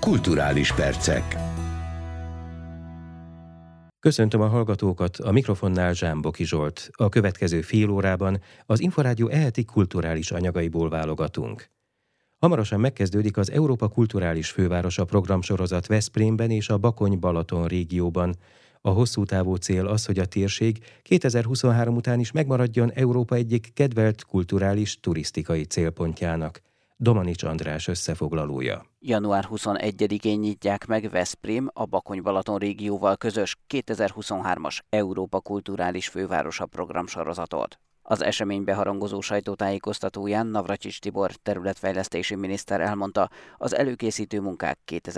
Kulturális percek. Köszöntöm a hallgatókat, a mikrofonnál Zsámboki Zsolt. A következő fél órában az Inforádió eheti kulturális anyagaiból válogatunk. Hamarosan megkezdődik az Európa Kulturális Fővárosa programsorozat Veszprémben és a Bakony-Balaton régióban. A hosszú távú cél az, hogy a térség 2023 után is megmaradjon Európa egyik kedvelt kulturális turisztikai célpontjának. Domanics András összefoglalója. Január 21-én nyitják meg Veszprém a Bakony-Balaton régióval közös 2023-as Európa Kulturális Fővárosa programsorozatot. Az esemény beharangozó sajtótájékoztatóján Navracsics Tibor területfejlesztési miniszter elmondta, az előkészítő munkák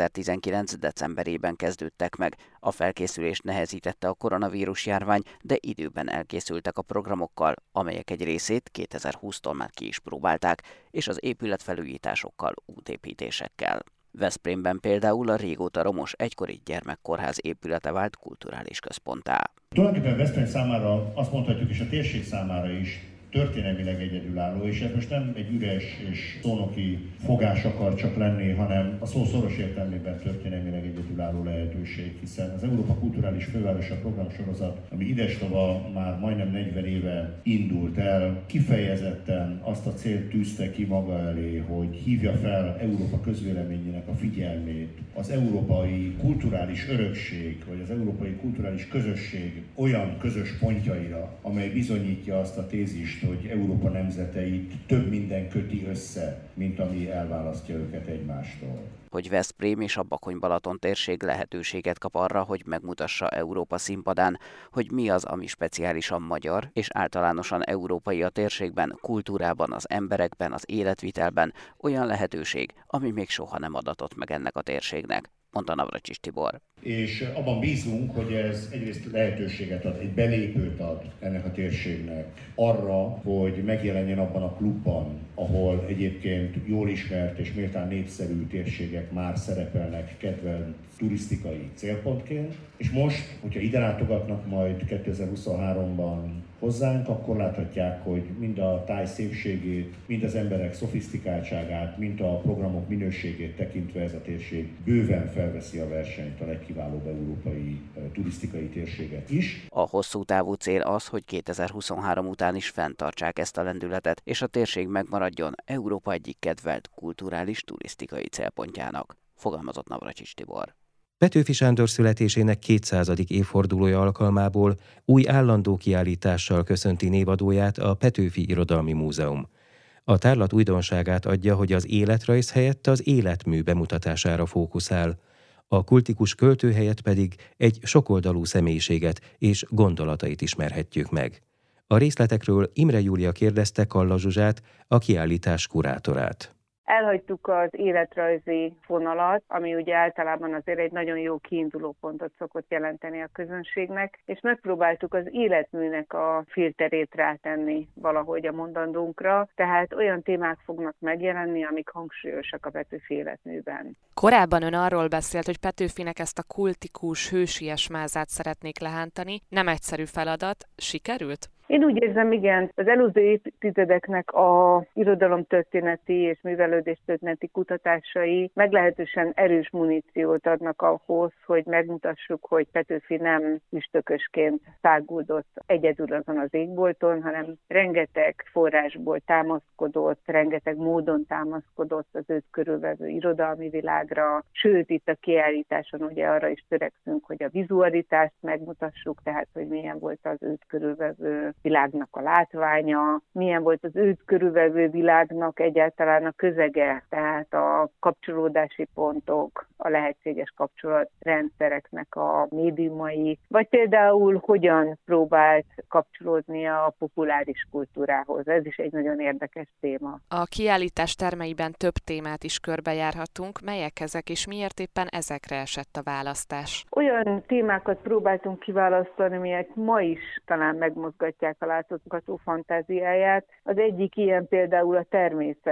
2019. decemberében kezdődtek meg. A felkészülést nehezítette a koronavírus járvány, de időben elkészültek a programokkal, amelyek egy részét 2020-tól már ki is próbálták, és az épületfelújításokkal, útépítésekkel. Veszprémben például a régóta romos egykori gyermekkórház épülete vált kulturális központtá. Tulajdonképpen Veszprém számára azt mondhatjuk, és a térség számára is történelmileg egyedülálló, és ez most nem egy üres és szónoki fogás akar csak lenni, hanem a szó szoros értelmében történelmileg egyedülálló lehetőség, hiszen az Európa Kulturális Fővárosa programsorozat, ami idestova már majdnem 40 éve indult el, kifejezetten azt a célt tűzte ki maga elé, hogy hívja fel Európa közvéleményének a figyelmét az európai kulturális örökség, vagy az európai kulturális közösség olyan közös pontjaira, amely bizonyítja azt a tézist, hogy Európa nemzeteit több minden köti össze, mint ami elválasztja őket egymástól. Hogy Veszprém és a Bakony-Balaton térség lehetőséget kap arra, hogy megmutassa Európa színpadán, hogy mi az, ami speciálisan magyar és általánosan európai a térségben, kultúrában, az emberekben, az életvitelben, olyan lehetőség, ami még soha nem adatott meg ennek a térségnek, mondta Navracsics Tibor. És abban bízunk, hogy ez egyrészt lehetőséget ad, egy belépőt ad ennek a térségnek arra, hogy megjelenjen abban a klubban, ahol egyébként jól ismert és méltán népszerű térségek már szerepelnek kedvelt turisztikai célpontként. És most, hogyha ide látogatnak majd 2023-ban hozzánk, akkor láthatják, hogy mind a táj szépségét, mind az emberek szofisztikáltságát, mind a programok minőségét tekintve ez a térség bőven felveszi a versenyt a legkiválóbb európai turisztikai térséget is. A hosszú távú cél az, hogy 2023 után is fenntartsák ezt a lendületet, és a térség megmaradjon Európa egyik kedvelt kulturális turisztikai célpontjának, fogalmazott Navracsics Tibor. Petőfi Sándor születésének 200. évfordulója alkalmából új állandó kiállítással köszönti névadóját a Petőfi Irodalmi Múzeum. A tárlat újdonságát adja, hogy az életrajz helyett az életmű bemutatására fókuszál, a kultikus költő helyett pedig egy sokoldalú személyiséget és gondolatait ismerhetjük meg. A részletekről Imre Júlia kérdezte Kalla Zsuzsát, a kiállítás kurátorát. Elhagytuk az életrajzi vonalat, ami ugye általában azért egy nagyon jó kiinduló pontot szokott jelenteni a közönségnek, és megpróbáltuk az életműnek a filterét rátenni valahogy a mondandónkra, tehát olyan témák fognak megjelenni, amik hangsúlyosak a Petőfi életműben. Korábban ön arról beszélt, hogy Petőfinek ezt a kultikus, hősies mázát szeretnék lehántani. Nem egyszerű feladat. Sikerült? Én úgy érzem, igen, az előző évtizedeknek a irodalomtörténeti és művelődéstörténeti kutatásai meglehetősen erős muníciót adnak ahhoz, hogy megmutassuk, hogy Petőfi nem üstökösként száguldott egyedül azon az égbolton, hanem rengeteg forrásból támaszkodott, rengeteg módon támaszkodott az őt körülvevő irodalmi világra, sőt itt a kiállításon ugye arra is törekszünk, hogy a vizualitást megmutassuk, tehát hogy milyen volt az őt körülvevő világnak a látványa, milyen volt az őt körülvevő világnak egyáltalán a közege, tehát a kapcsolódási pontok, a lehetséges kapcsolatrendszereknek a médiumai, vagy például hogyan próbált kapcsolódni a populáris kultúrához. Ez is egy nagyon érdekes téma. A kiállítás termeiben több témát is körbejárhatunk. Melyek ezek, és miért éppen ezekre esett a választás? Olyan témákat próbáltunk kiválasztani, amelyek ma is talán megmozgatják a látogató fantáziáját. Az egyik ilyen például a természet.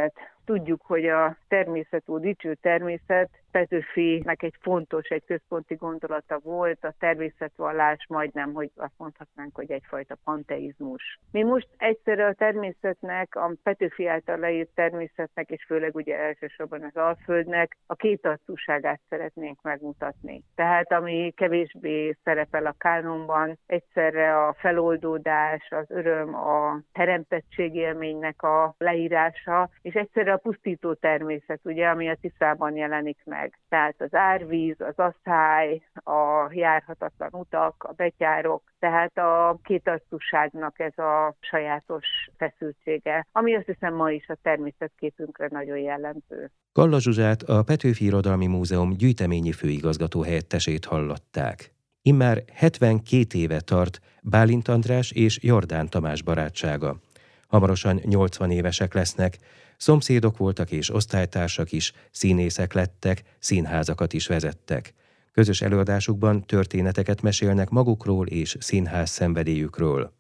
tudjuk, hogy a természetú dicső természet Petőfinek egy fontos, egy központi gondolata volt, a természetvallás majdnem, hogy azt mondhatnánk, hogy egyfajta panteizmus. Mi most egyszerre a természetnek, a Petőfi által leírt természetnek, és főleg ugye elsősorban az Alföldnek a kétarcúságát szeretnénk megmutatni. Tehát ami kevésbé szerepel a kánonban, egyszerre a feloldódás, az öröm, a teremtettség élménynek a leírása, és egyszerre a pusztító természet, ugye, ami a Tiszában jelenik meg. Tehát az árvíz, az asszály, a járhatatlan utak, a betyárok, tehát a kétarcúságnak ez a sajátos feszültsége, ami azt hiszem ma is a természetképünkre nagyon jellemző. Galla Zsuzsát, a Petőfi Irodalmi Múzeum gyűjteményi főigazgató helyettesét hallották. Immár 72 éve tart Bálint András és Jordán Tamás barátsága. Hamarosan 80 évesek lesznek, szomszédok voltak és osztálytársak is, színészek lettek, színházakat is vezettek. Közös előadásukban történeteket mesélnek magukról és színház szenvedélyükről.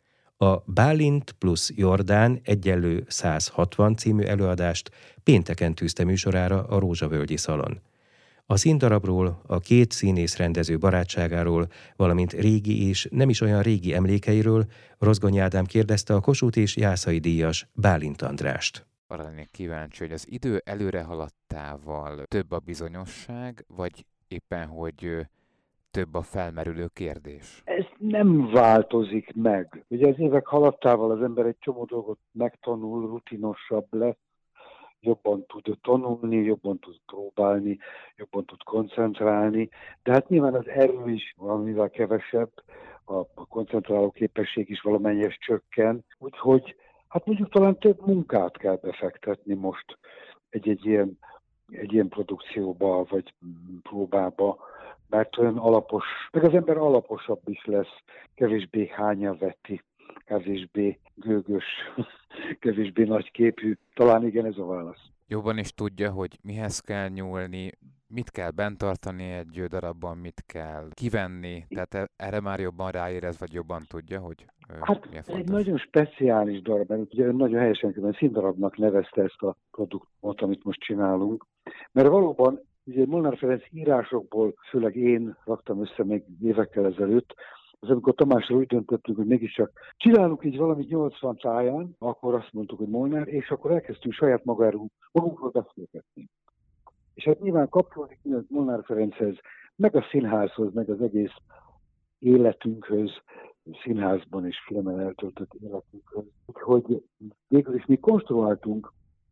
A Bálint plusz Jordán egyenlő 160 című előadást pénteken tűzte műsorára a Rózsavölgyi Szalon. A színdarabról, a két színész rendező barátságáról, valamint régi és nem is olyan régi emlékeiről Rozgonyi Ádám kérdezte a Kossuth és Jászai díjas Bálint Andrást. Arra lennék kíváncsi, hogy az idő előre haladtával több a bizonyosság, vagy éppen, hogy több a felmerülő kérdés? Ez nem változik meg. Ugye az évek haladtával az ember egy csomó dolgot megtanul, rutinosabb lesz, jobban tud tanulni, jobban tud próbálni, jobban tud koncentrálni, de hát nyilván az erő is valamivel kevesebb, a koncentráló képesség is valamennyire csökken, úgyhogy hát mondjuk talán több munkát kell befektetni most egy ilyen produkcióba, vagy próbába, mert olyan alapos, meg az ember alaposabb is lesz, kevésbé hányaveti, kevésbé gőgös, kevésbé nagyképű. Talán igen, ez a válasz. Jobban is tudja, hogy mihez kell nyúlni, mit kell bent tartani egy darabban, mit kell kivenni, tehát erre már jobban ráérez, vagy jobban tudja, hogy hát mi a ez fontos? egy nagyon speciális darab, mert ugye nagyon helyesen színdarabnak nevezte ezt a produktumot, amit most csinálunk, mert valóban ugye Molnár Ferenc írásokból, főleg én raktam össze még évekkel ezelőtt, az amikor Tamással úgy döntöttünk, hogy mégiscsak csinálunk így valamit 80 táján, akkor azt mondtuk, hogy Molnár, és akkor elkezdtünk saját magunkról beszélgetni. És hát nyilván kapcsolódik Molnár Ferenchez, meg a színházhoz, meg az egész életünkhöz, színházban és filmen eltöltött életünkhöz. Úgyhogy végül is mi konstruáltunk,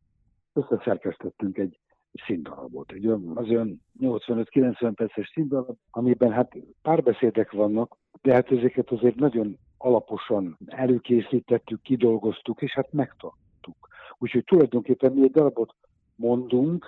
összeszerkesztettünk egy színdarabot. Az olyan 85-90 perces színdarab, amiben hát párbeszédek vannak, de hát ezeket azért nagyon alaposan előkészítettük, kidolgoztuk, és hát megtartottuk. Úgyhogy tulajdonképpen mi egy darabot mondunk,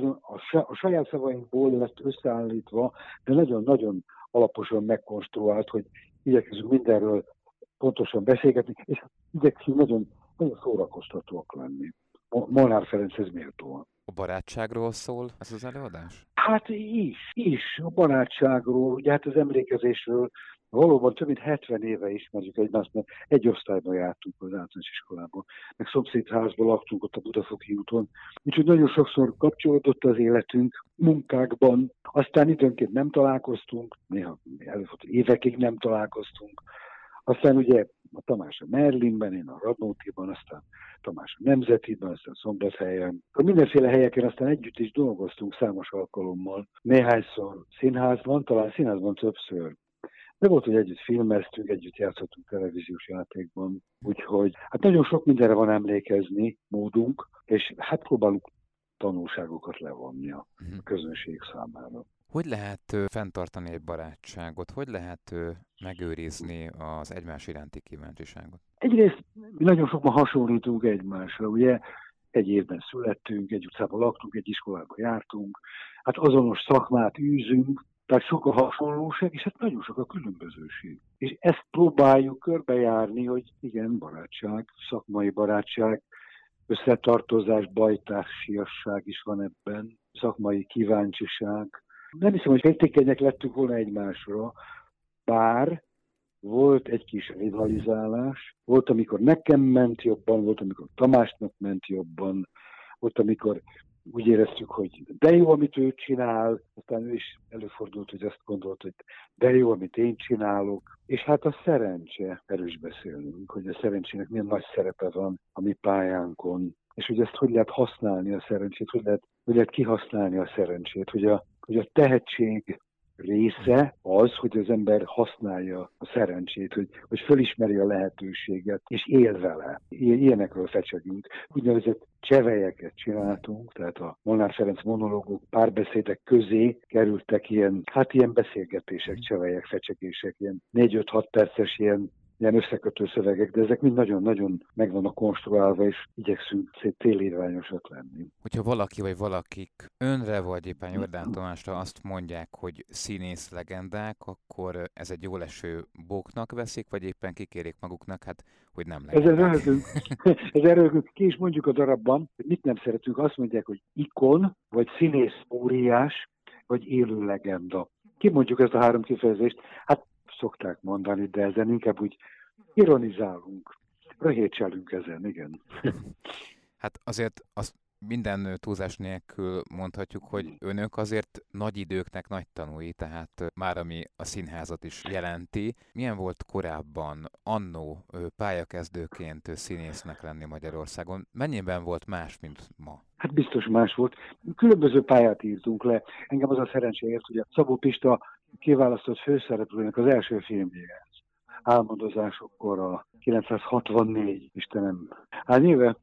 a saját szavainkból lett összeállítva, de nagyon-nagyon alaposan megkonstruált, hogy igyekezünk mindenről pontosan beszélgetni, és igyekszünk nagyon, nagyon szórakoztatóak lenni. Molnár Ferenchez méltóan. A barátságról szól ez az előadás? Hát is. A barátságról, ugye hát az emlékezésről. Valóban több mint 70 éve ismerjük egymást, mert egy osztályban jártunk az általános iskolában, meg szomszédházban laktunk ott a Budafoki úton. Úgyhogy nagyon sokszor kapcsolódott az életünk munkákban, aztán időnként nem találkoztunk, néha előfordult évekig nem találkoztunk. Aztán ugye a Tamás a Merlinben, én a Radnótiban, aztán Tamás a Nemzetiben, aztán Szombathelyen. Mindenféle helyeken aztán együtt is dolgoztunk számos alkalommal. Néhányszor színházban, talán színházban többször. De volt, hogy együtt filmeztünk, együtt játszottunk televíziós játékban. Úgyhogy hát nagyon sok mindenre van emlékezni módunk, és hát próbálunk tanulságokat levonni a közönség számára. Hogy lehet fenntartani egy barátságot? Hogy lehet megőrizni az egymás iránti kíváncsiságot? Egyrészt nagyon sokban hasonlítunk egymásra, ugye egy évben születtünk, egy utcában laktunk, egy iskolába jártunk, hát azonos szakmát űzünk, tehát sok a hasonlóság, és hát nagyon sok a különbözőség. És ezt próbáljuk körbejárni, hogy igen, barátság, szakmai barátság, összetartozás, bajtársiasság is van ebben, szakmai kíváncsiság. Nem hiszem, hogy féltékenyek lettünk volna egymásra, bár volt egy kis rivalizálás, volt, amikor nekem ment jobban, volt, amikor Tamásnak ment jobban, Volt, amikor úgy éreztük, hogy de jó, amit ő csinál, aztán ő is előfordult, hogy azt gondolt, hogy de jó, amit én csinálok. És hát a szerencse, erről is beszélünk, hogy a szerencsének milyen nagy szerepe van a mi pályánkon, és hogy ezt hogy lehet használni a szerencsét, hogy lehet kihasználni a szerencsét, hogy a tehetség része az, hogy az ember használja a szerencsét, hogy fölismeri a lehetőséget, és él vele. Ilyenekről fecsegünk. Úgynevezett csevelyeket csináltunk, tehát a Molnár Ferenc monológok, párbeszédek közé kerültek ilyen beszélgetések, csevelyek, fecsegések, ilyen 4-5-6 perces ilyen összekötő szövegek, de ezek mind nagyon-nagyon meg vannak konstruálva, és igyekszünk szép célirányosak lenni. Hogyha valaki vagy valakik önre vagy éppen Jordán Tamásra azt mondják, hogy színész legendák, akkor ez egy jól eső bóknak veszik, vagy éppen kikérik maguknak, hát hogy nem legendák. Ez rögünk, ki is mondjuk a darabban, hogy mit nem szeretünk, azt mondják, hogy ikon, vagy színész óriás, vagy élő legenda. Ki mondjuk ezt a 3 kifejezést? Hát szokták mondani, de ezen inkább úgy ironizálunk, röhétselünk ezen, igen. Hát azért azt minden túlzás nélkül mondhatjuk, hogy önök azért nagy időknek nagy tanúi, tehát már ami a színházat is jelenti. Milyen volt korábban, annó pályakezdőként színésznek lenni Magyarországon? Mennyiben volt más, mint ma? Hát biztos más volt. Különböző pályát írtunk le. Engem az a szerencséért, hogy a Szabó Pista kiválasztott főszereplőnek az első filmjéhez. Álmodozásokkor a 964, Istenem, éve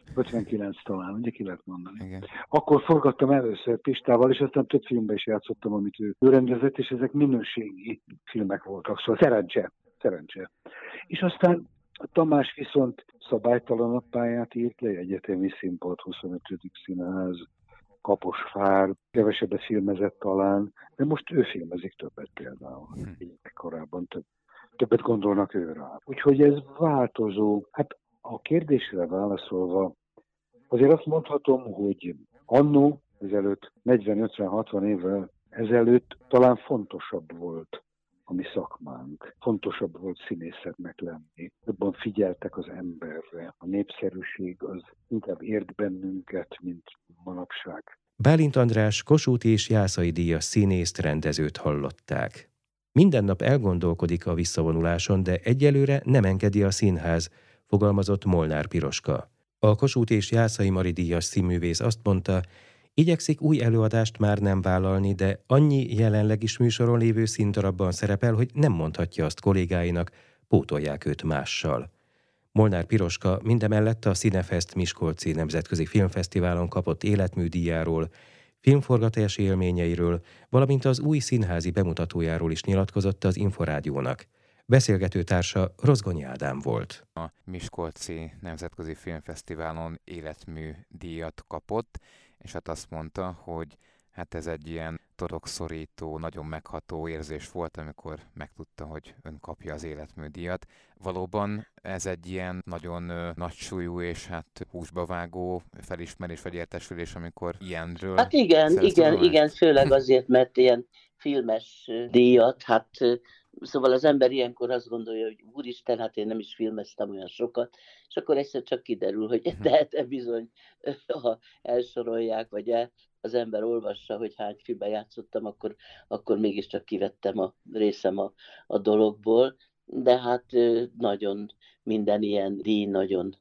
59 talán, ugye ki lehet mondani. Igen. Akkor forgattam először Pistával, és aztán több filmben is játszottam, amit ő rendezett, és ezek minőségi filmek voltak, szóval szerencse. És aztán Tamás viszont szabálytalanabb pályát írt le, egyetemi színpad, 25. színház, Kaposvár, kevesebbet filmezett talán, de most ő filmezik többet például. Korábban többet gondolnak őre. Úgyhogy ez változó. Hát a kérdésre válaszolva, azért azt mondhatom, hogy annó, ezelőtt 40-50-60 évvel ezelőtt talán fontosabb volt a mi szakmánk. Fontosabb volt színészetnek lenni. Jobban figyeltek az emberre. A népszerűség az inkább ért bennünket, mint manapság. Bálint András Kossuth és Jászai díjas színészt, rendezőt hallották. Minden nap elgondolkodik a visszavonuláson, de egyelőre nem engedi a színház, fogalmazott Molnár Piroska. A Kossuth és Jászai Mari díjas színművész azt mondta, igyekszik új előadást már nem vállalni, de annyi jelenleg is műsoron lévő színdarabban szerepel, hogy nem mondhatja azt kollégáinak, pótolják őt mással. Molnár Piroska mindemellett a Cinefest Miskolci Nemzetközi Filmfesztiválon kapott életműdíjáról, filmforgatási élményeiről, valamint az új színházi bemutatójáról is nyilatkozott az Inforádiónak. Beszélgető társa Rozgonyi Ádám volt. A Miskolci Nemzetközi Filmfesztiválon életműdíjat kapott, és hát azt mondta, hogy hát ez egy ilyen torokszorító, nagyon megható érzés volt, amikor megtudta, hogy ön kapja az életműdíjat. Valóban ez egy ilyen nagyon nagy súlyú és hát húsba vágó felismerés vagy értesülés, amikor ilyenről... Hát igen, főleg azért, mert ilyen filmes díjat, hát szóval az ember ilyenkor azt gondolja, hogy úristen, hát én nem is filmeztem olyan sokat, és akkor egyszer csak kiderül, hogy de bizony, ha elsorolják, vagy az ember olvassa, hogy hány filmben játszottam, akkor mégiscsak kivettem a részem a dologból, de hát nagyon minden ilyen díj nagyon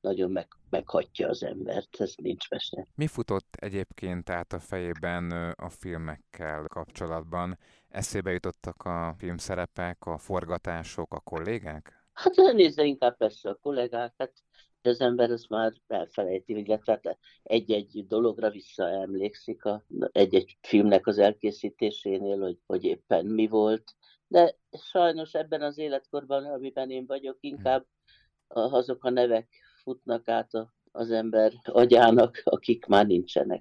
meghatja az embert, ez nincs mese. Mi futott egyébként át a fejében a filmekkel kapcsolatban? Eszébe jutottak a filmszerepek, a forgatások, a kollégák? Hát nézze inkább persze a kollégák, hát az ember az már elfelejti, illetve egy-egy dologra visszaemlékszik egy-egy filmnek az elkészítésénél, hogy éppen mi volt. De sajnos ebben az életkorban, amiben én vagyok, inkább azok a nevek futnak át az ember agyának, akik már nincsenek,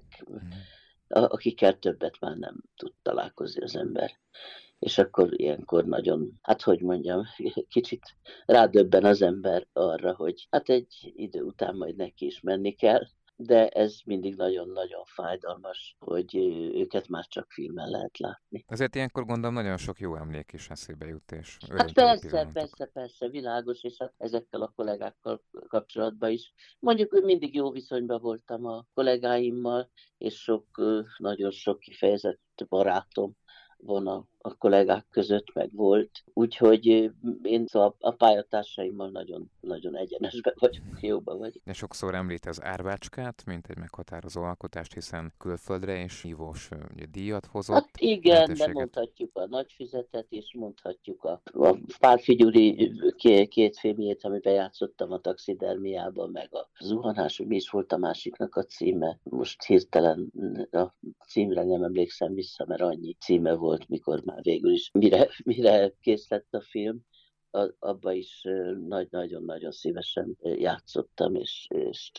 akikkel többet már nem tud találkozni az ember. És akkor ilyenkor nagyon, hát hogy mondjam, kicsit rádöbben az ember arra, hogy hát egy idő után majd neki is menni kell. de ez mindig nagyon-nagyon fájdalmas, hogy őket már csak filmen lehet látni. Azért ilyenkor gondolom nagyon sok jó emlék is eszébe jut, és Hát örömteli pillanatok. persze, világos, és hát ezekkel a kollégákkal kapcsolatban is. Mondjuk hogy mindig jó viszonyban voltam a kollégáimmal, és nagyon sok kifejezett barátom van a kollégák között, meg volt. Úgyhogy én szóval a pályatársaimmal nagyon egyenesben vagyok, jóban vagyok. De sokszor említ az Árvácskát, mint egy meghatározó alkotást, hiszen külföldre is hívós ugye, díjat hozott. Hát igen, de mondhatjuk a Nagyfüzetet is, mondhatjuk a Pálffy Gyuri két filmjét, amiben játszottam a Taxidermiában, meg a Zuhanás, mi is volt a másiknak a címe. Most hirtelen a címre nem emlékszem vissza, mert annyi címe volt, mikor már végül is, mire kész lett a film, abba is nagyon-nagyon szívesen játszottam, és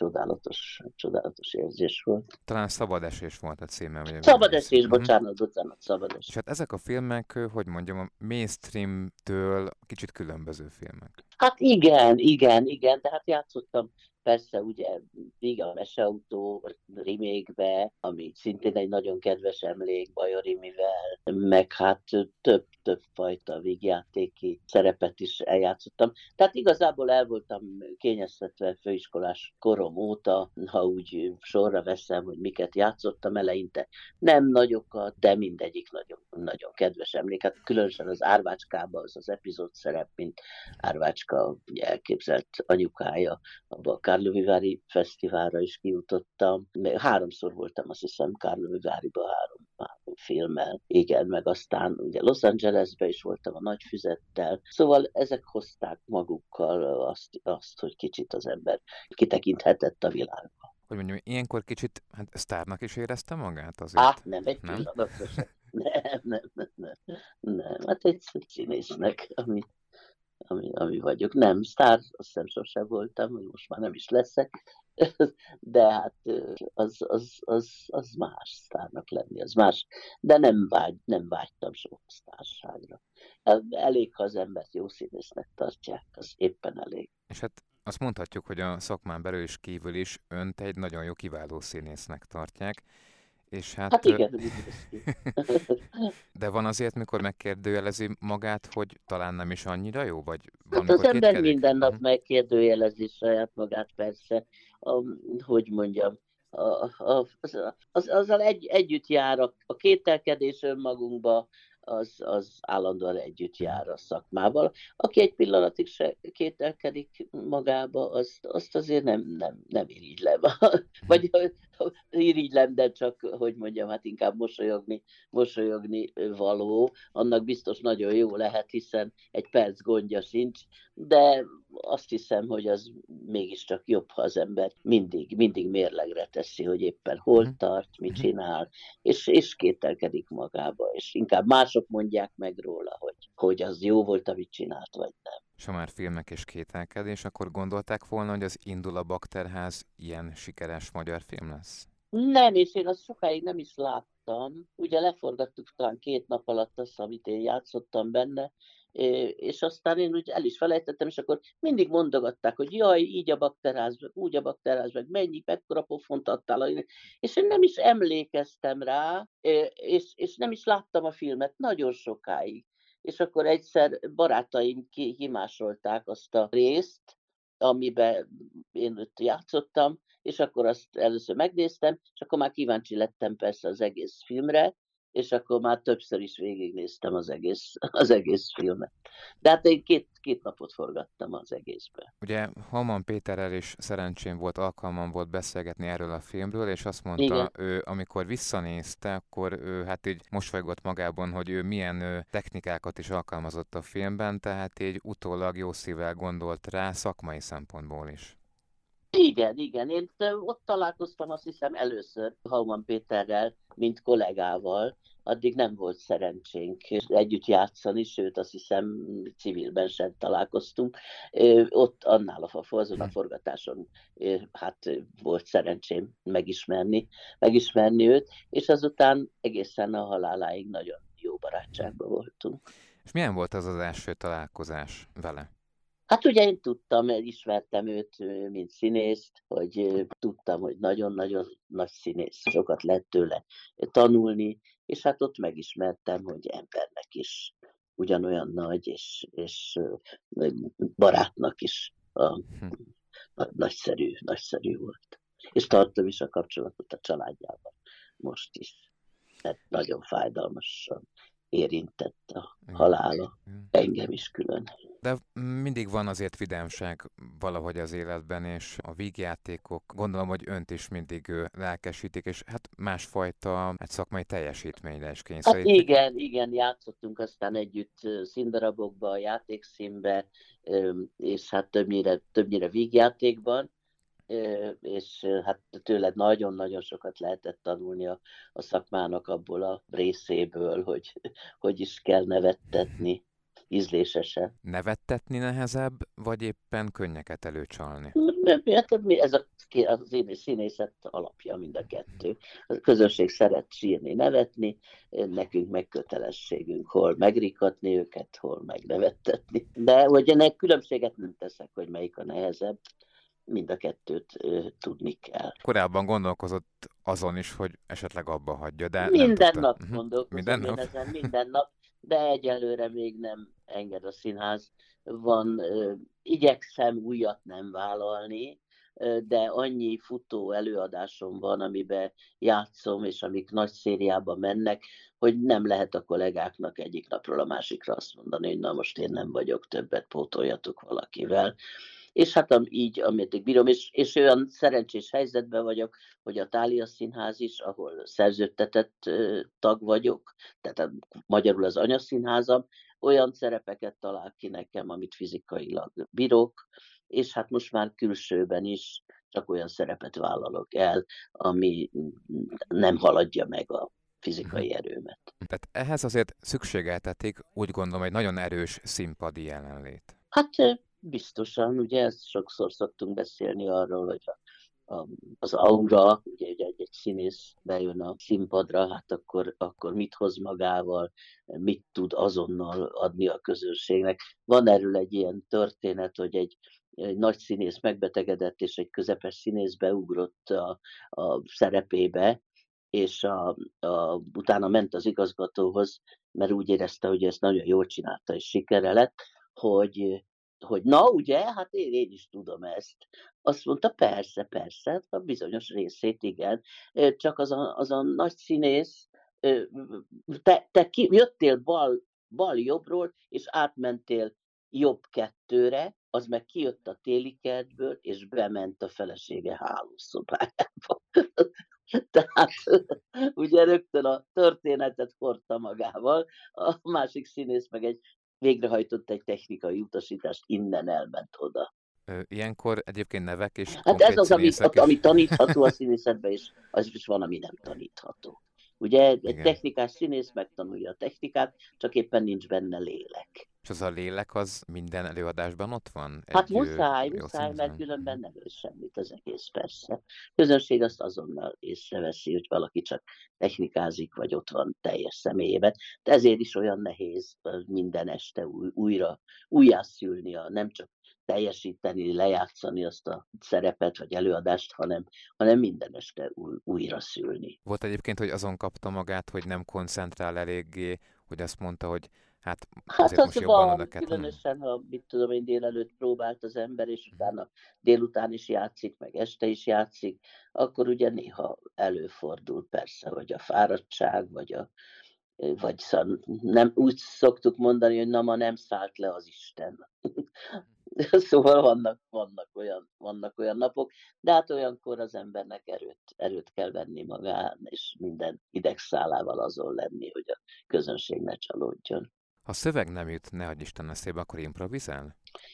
csodálatos érzés volt. Talán Szabad esés volt a címe. Szabad esés, bocsánat, Szabad esés. És hát ezek a filmek, hogy mondjam, a mainstreamtől kicsit különböző filmek. Hát igen, de hát játszottam persze ugye Víg a Meseautó remake-be, ami szintén egy nagyon kedves emlék Bajor Imivel, meg hát több fajta vígjátéki szerepet is eljátszottam. Tehát igazából el voltam kényeztetve főiskolás korom óta, ha úgy sorra veszem, hogy miket játszottam eleinte. Nem nagyokat, de mindegyik nagyon kedves emlék. Hát különösen az Árvácskában az epizód szerep, mint Árvácska ugye elképzelt anyukája, abban a Karlovivári Fesztiválra is kijutottam. 3-szor voltam, azt hiszem, Karloviváriban 3 filmmel. Igen, meg aztán ugye Los Angelesbe is voltam a Nagyfüzettel. Szóval ezek hozták magukkal azt, hogy kicsit az ember kitekinthetett a világba. Hogy mondjam, ilyenkor kicsit sztárnak is érezte magát azért? Nem, egy pillanatra sem. Nem, hát egy színésznek, ami vagyok. Nem, sztár, azt hiszem sosem voltam, hogy most már nem is leszek, de hát az más sztárnak lenni, az más. De nem vágytam soha sztárságra. Elég, ha az embert jó színésznek tartják, az éppen elég. És hát azt mondhatjuk, hogy a szakmán belül is kívül is önt egy nagyon jó kiváló színésznek tartják. És hát igen, de van azért, mikor megkérdőjelezi magát, hogy talán nem is annyira jó? Vagy van, hát az ember minden nap megkérdőjelezi saját magát, persze. Hogy mondjam, azzal együtt jár a kételkedés önmagunkba, az állandóan együtt jár a szakmával. Aki egy pillanatig se kételkedik magába, azt azért nem irigylem. Vagy irigylem, de csak, hogy mondjam, hát inkább mosolyogni való. Annak biztos nagyon jó lehet, hiszen egy perc gondja sincs, de azt hiszem, hogy az mégiscsak jobb, ha az ember mindig mérlegre teszi, hogy éppen hol tart, mit csinál, és kételkedik magába, és inkább mások mondják meg róla, hogy az jó volt, amit csinált, vagy nem. És ha már filmek és kételkedés, akkor gondolták volna, hogy az Indul a Bakterház ilyen sikeres magyar film lesz? Nem, és én azt sokáig nem is láttam. Ugye leforgattuk talán 2 nap alatt azt, amit én játszottam benne, és aztán én úgy el is felejtettem, és akkor mindig mondogatták, hogy jaj, így a bakterház, úgy a bakterház, meg mekkora pofont adtál, és én nem is emlékeztem rá, és nem is láttam a filmet nagyon sokáig. És akkor egyszer barátaim kimásolták azt a részt, amiben én ott játszottam, és akkor azt először megnéztem, és akkor már kíváncsi lettem persze az egész filmre, és akkor már többször is végignéztem az egész filmet. De hát én két napot forgattam az egészbe. Ugye Hallmann Péterrel is alkalmam volt beszélgetni erről a filmről, és azt mondta, Igen. ő amikor visszanézte, akkor ő hát így mosolygott magában, hogy ő milyen technikákat is alkalmazott a filmben, tehát így utólag jó szívvel gondolt rá szakmai szempontból is. Igen. Én ott találkoztam, azt hiszem, először Hallmann Péterrel, mint kollégával. Addig nem volt szerencsénk együtt játszani, sőt, azt hiszem, civilben sem találkoztunk. Ott annál azon a forgatáson hát volt szerencsém megismerni őt, és azután egészen a haláláig nagyon jó barátságban voltunk. És milyen volt az első találkozás vele? Hát ugye én tudtam, ismertem őt, mint színészt, hogy tudtam, hogy nagyon-nagyon nagy színész, sokat lehet tőle tanulni, és hát ott megismertem, hogy embernek is ugyanolyan nagy, és barátnak is Hm. nagyszerű volt. És tartom is a kapcsolatot a családjával most is. Tehát nagyon fájdalmasan érintett a halála, engem is külön. De mindig van azért vidámság valahogy az életben, és a vígjátékok, gondolom, hogy önt is mindig lelkesítik, és hát másfajta szakmai teljesítményre is Hát kényszerítik. igen, játszottunk aztán együtt színdarabokba, a játékszínbe, és hát többnyire vígjátékban, és hát tőled nagyon-nagyon sokat lehetett tanulni a szakmának abból a részéből, hogy is kell nevettetni ízlésesen. Nevettetni nehezebb, vagy éppen könnyeket előcsalni? Hát ez a színészet alapja mind a kettő. A közönség szeret sírni, nevetni, nekünk meg kötelességünk hol megrikatni őket, hol megnevettetni. De hogy ennek különbséget nem teszek, hogy melyik a nehezebb, mind a kettőt tudni kell. Korábban gondolkozott azon is, hogy esetleg abba hagyja, de nem Minden tudta. nap gondolkozom Minden nap? én ezen, minden nap, de egyelőre még nem enged a színház. Igyekszem újat nem vállalni, de annyi futó előadásom van, amiben játszom, és amik nagy szériában mennek, hogy nem lehet a kollégáknak egyik napról a másikra azt mondani, hogy na most én nem vagyok, többet pótoljatok valakivel. És hát így, ameddig bírom, és olyan szerencsés helyzetben vagyok, hogy a Thália Színház is, ahol szerződtetett tag vagyok, tehát magyarul az anyaszínházam, olyan szerepeket talál ki nekem, amit fizikailag bírok, és hát most már külsőben is csak olyan szerepet vállalok el, ami nem haladja meg a fizikai erőmet. Tehát ehhez azért szükségeltetik, úgy gondolom, egy nagyon erős színpadi jelenlét. Hát biztosan, ugye ezt sokszor szoktunk beszélni arról, hogy az aura, ugye egy színész bejön a színpadra, hát akkor mit hoz magával, mit tud azonnal adni a közönségnek. Van erről egy ilyen történet, hogy egy nagy színész megbetegedett, és egy közepes színész beugrott a szerepébe, és utána ment az igazgatóhoz, mert úgy érezte, hogy ezt nagyon jól csinálta, és sikere lett, hogy na ugye, hát én is tudom ezt. Azt mondta, persze, a bizonyos részét igen. Csak az a nagy színész, te jöttél bal-jobbról, és átmentél jobb kettőre, az meg kijött a téli kertből, és bement a felesége hálószobájába. Tehát ugye rögtön a történetet hordta magával, a másik színész meg végrehajtott egy technikai utasítást, innen elment oda. Ilyenkor egyébként nevek és Hát ez az, színészek is. ami tanítható a színészetben, és az is van, ami nem tanítható. Ugye egy Igen. technikás színész megtanulja a technikát, csak éppen nincs benne lélek. És az a lélek az minden előadásban ott van? Hát Egy, muszáj, jó mert színésben? különben nem ér semmit az egész, persze. Közönség azt azonnal észreveszi, hogy valaki csak technikázik, vagy ott van teljes személyében. De ezért is olyan nehéz minden este újjászülni, nem csak teljesíteni, lejátszani azt a szerepet vagy előadást, hanem minden este újra szülni. Volt egyébként, hogy azon kapta magát, hogy nem koncentrál eléggé, hogy azt mondta, hogy hát azért Hát most az jobban oda van, kell tanulni. különösen, ha mit tudom én délelőtt próbált az ember, és utána délután is játszik, meg este is játszik, akkor ugye néha előfordul persze, hogy a fáradtság, vagy nem úgy szoktuk mondani, hogy na ma nem szállt le az Isten. Szóval vannak olyan napok, de hát olyankor az embernek erőt kell venni magán, és minden idegszálával azon lenni, hogy a közönség ne csalódjon. Ha szöveg nem jut, ne adj Isten eszébe, akkor improvizál?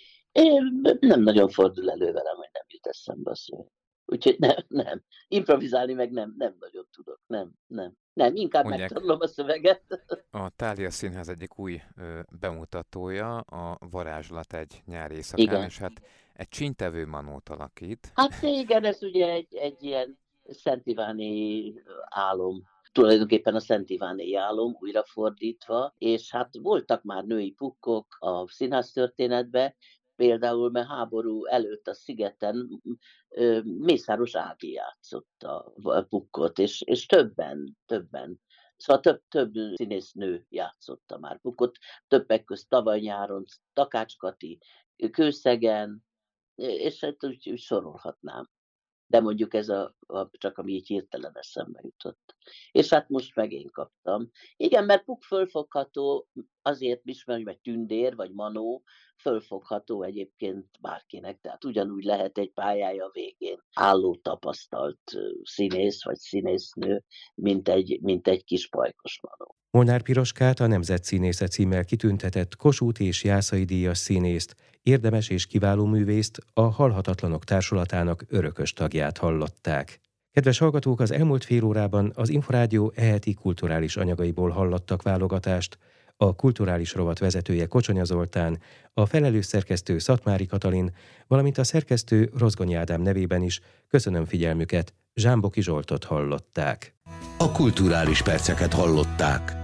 Nem nagyon fordul elő velem, hogy nem jut eszembe a szöveg. Úgyhogy nem. Improvizálni meg nem nagyon tudok. Nem, inkább Mondják, megtanulom a szöveget. A Thália Színház egyik új bemutatója, a Varázslat egy nyári éjszakán, Igen. és hát egy csíntevő manót alakít. Hát igen, ez ugye egy ilyen Szent Iváni álom, tulajdonképpen a Szent Iváni álom újrafordítva, és hát voltak már női pukkok a színház történetben, például, mert háború előtt a szigeten Mészáros Ági játszott a Pukkot, és többen. Szóval több színésznő játszotta már Pukkot, többek közt tavaly nyáron Takács Kati, Kőszegen, és hát úgy sorolhatnám. De mondjuk ez csak ami így hirtelen eszembe jutott. És hát most meg én kaptam. Igen, mert Puk fölfogható, azért is, mert Tündér vagy Manó fölfogható egyébként bárkinek, tehát ugyanúgy lehet egy pályája végén álló tapasztalt színész vagy színésznő, mint egy kis pajkos Manó. Molnár Piroskát, a Nemzetszínésze címmel kitüntetett Kossuth és Jászai díjas színészt, érdemes és kiváló művészt, a Halhatatlanok Társulatának örökös tagját hallották. Kedves hallgatók, az elmúlt fél órában az Inforádió e-heti kulturális anyagaiból hallottak válogatást. A kulturális rovat vezetője Kocsonya Zoltán, a felelős szerkesztő Szatmári Katalin, valamint a szerkesztő Rozgonyi Ádám nevében is köszönöm figyelmüket, Zsámboki Zsoltot hallották. A kulturális perceket hallották.